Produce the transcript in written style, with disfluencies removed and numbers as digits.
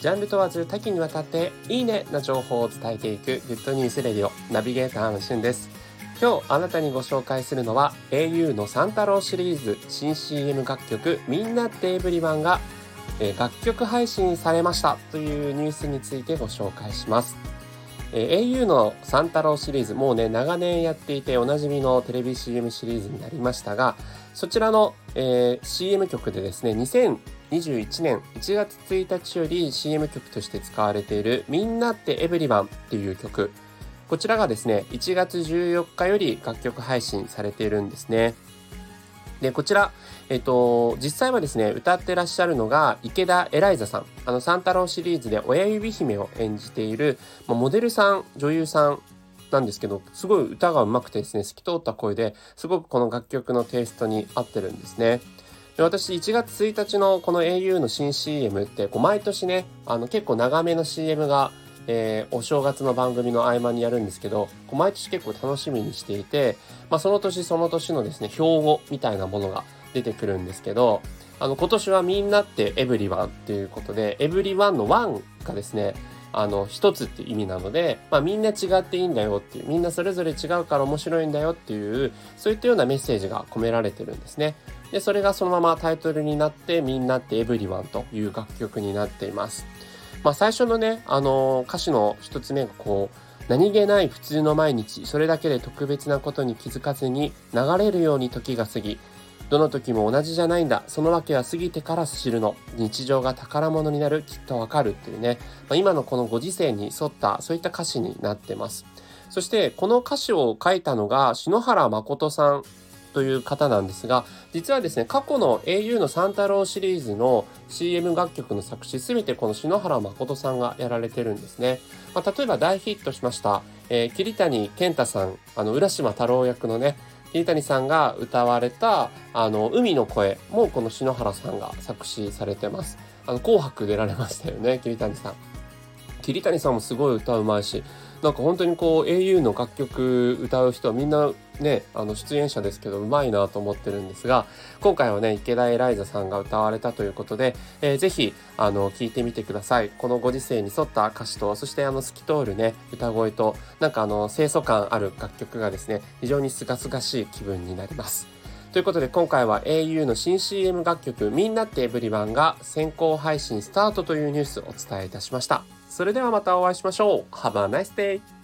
ジャンル問わず多岐にわたっていいねな情報を伝えていくグッドニュースレディオナビゲーターのしゅんです。今日あなたにご紹介するのは au のサンタロウシリーズ新 CM 楽曲みんなってエブリワンが楽曲配信されましたというニュースについてご紹介します。au のサンタロウシリーズ、もうね長年やっていておなじみのテレビ CM シリーズになりましたが、そちらの、CM 曲でですね、2021年1月1日より CM 曲として使われているみんなってエブリワンっていう曲、こちらがですね1月14日より楽曲配信されているんですね。でこちら、実際はですね歌ってらっしゃるのが池田エライザさん、サンタロウシリーズで親指姫を演じている、モデルさん女優さんなんですけど、すごい歌が上手くてですね、透き通った声ですごくこの楽曲のテイストに合ってるんですね。で私1月1日のこの au の新 CM って毎年ね結構長めの CM がお正月の番組の合間にやるんですけど、毎年結構楽しみにしていて、その年その年のですね標語みたいなものが出てくるんですけど、今年はみんなってエブリワンっていうことで、エブリワンのワンがですね一つっていう意味なので、みんな違っていいんだよっていう、みんなそれぞれ違うから面白いんだよっていう、そういったようなメッセージが込められてるんですね。でそれがそのままタイトルになってみんなってエブリワンという楽曲になっています。最初のね歌詞の一つ目が何気ない普通の毎日、それだけで特別なことに気づかずに流れるように時が過ぎ、どの時も同じじゃないんだ、そのわけは過ぎてから知るの、日常が宝物になる、きっとわかるっていうね、今のこのご時世に沿ったそういった歌詞になってます。そしてこの歌詞を書いたのが篠原誠さんという方なんですが、実はですね過去の au のサンタロウシリーズの CM 楽曲の作詞すべてこの篠原誠さんがやられてるんですね。例えば大ヒットしました、桐谷健太さん、浦島太郎役のね桐谷さんが歌われた海の声もこの篠原さんが作詞されてます。紅白出られましたよね、桐谷さん。桐谷さんもすごい歌うまいし、なんか本当にau の楽曲歌う人はみんなね出演者ですけどうまいなと思ってるんですが、今回はね池田エライザさんが歌われたということで、ぜひ聞いてみてください。このご時世に沿った歌詞と、そして透き通るね歌声と、なんか清楚感ある楽曲がですね非常に清々しい気分になります。ということで今回は au の新 CM 楽曲みんなってエブリワンが先行配信スタートというニュースをお伝えいたしました。それではまたお会いしましょう。Have a nice day!